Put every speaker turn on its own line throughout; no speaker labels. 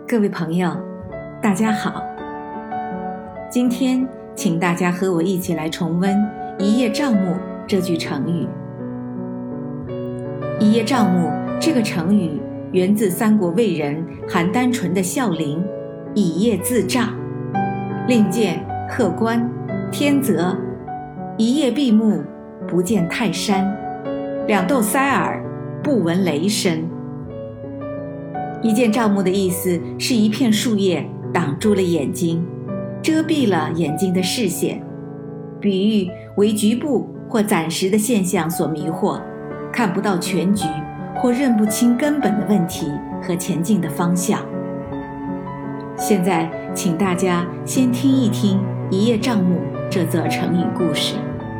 各位朋友，大家好。今天请大家和我一起来重温“一叶障目”这句成语。一叶障目这个成语源自三国魏人韩丹纯的孝陵，以叶自障，令见鹤观天泽，一叶闭目，不见泰山，两窦塞耳，不闻雷声。一叶障目的意思是一片树叶挡住了眼睛，遮蔽了眼睛的视线，比喻为局部或暂时的现象所迷惑，看不到全局或认不清根本的问题和前进的方向。现在请大家先听一听一叶障目这则成语故事。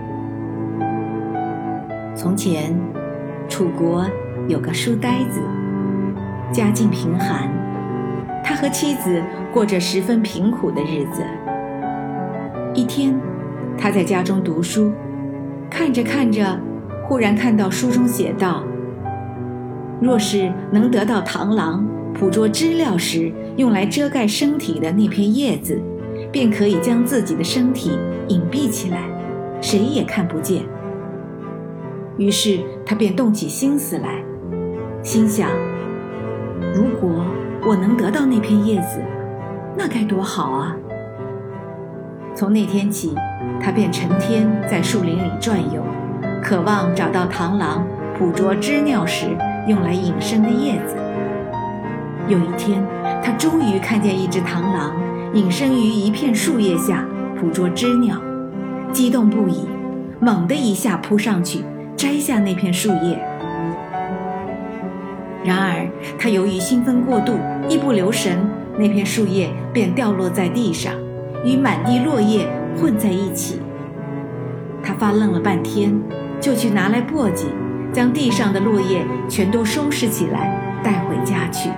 从前，楚国有个书呆子，家境贫寒，他和妻子过着十分贫苦的日子。一天，他在家中读书，看着看着，忽然看到书中写道：若是能得到螳螂捕捉知了时用来遮盖身体的那片叶子，便可以将自己的身体隐蔽起来，谁也看不见。于是他便动起心思来，心想，如果我能得到那片叶子，那该多好啊！从那天起，他便成天在树林里转悠，渴望找到螳螂捕捉知了时用来隐身的叶子。有一天，他终于看见一只螳螂隐身于一片树叶下捕捉知了，激动不已，猛地一下扑上去，摘下那片树叶。然而他由于兴奋过度，一不留神，那片树叶便掉落在地上，与满地落叶混在一起。他发愣了半天，就去拿来簸箕，将地上的落叶全都收拾起来，带回家去。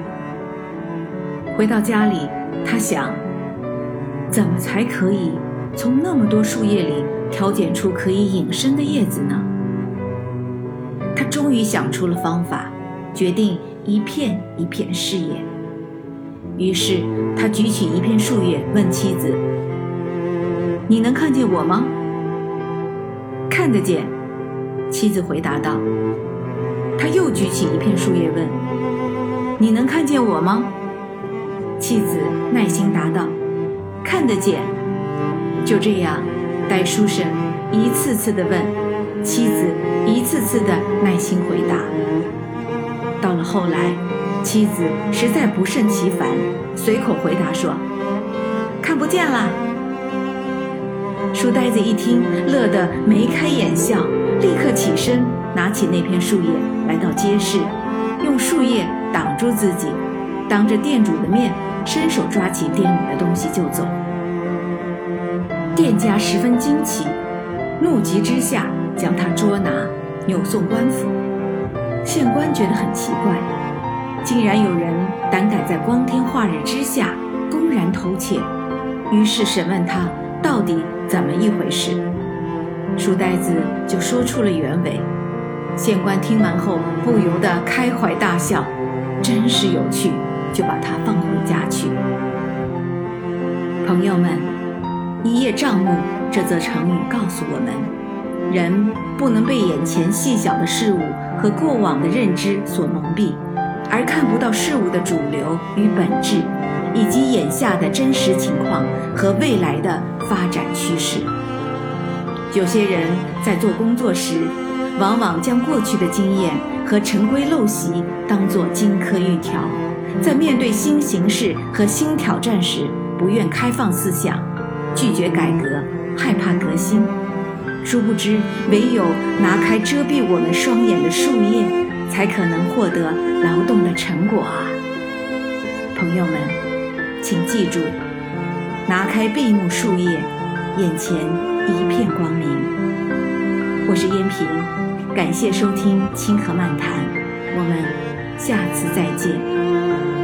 回到家里，他想，怎么才可以从那么多树叶里挑拣出可以隐身的叶子呢？他终于想出了方法，决定一片一片试验。于是他举起一片树叶，问妻子：你能看见我吗？看得见，妻子回答道。他又举起一片树叶问：你能看见我吗？妻子耐心答道：看得见。就这样，呆书生一次次地问，妻子一次次地耐心回答。到了后来，妻子实在不胜其烦，随口回答说：看不见啦。书呆子一听，乐得眉开眼笑，立刻起身，拿起那片树叶来到街市，用树叶挡住自己，当着店主的面伸手抓起店里的东西就走。店家十分惊奇，怒急之下将他捉拿，扭送官府。县官觉得很奇怪，竟然有人胆敢在光天化日之下公然偷窃，于是审问他到底怎么一回事。书呆子就说出了原委。县官听完后不由得开怀大笑，真是有趣，就把他放回家去。朋友们，一叶障目这则成语告诉我们，人不能被眼前细小的事物和过往的认知所蒙蔽，而看不到事物的主流与本质，以及眼下的真实情况和未来的发展趋势。有些人在做工作时，往往将过去的经验和陈规陋习当作金科玉条，在面对新形势和新挑战时，不愿开放思想，拒绝改革，害怕革新。殊不知，唯有拿开遮蔽我们双眼的树叶，才可能获得劳动的成果啊！朋友们，请记住，拿开闭目树叶，眼前一片光明。我是燕平，感谢收听清河漫谈，我们下次再见。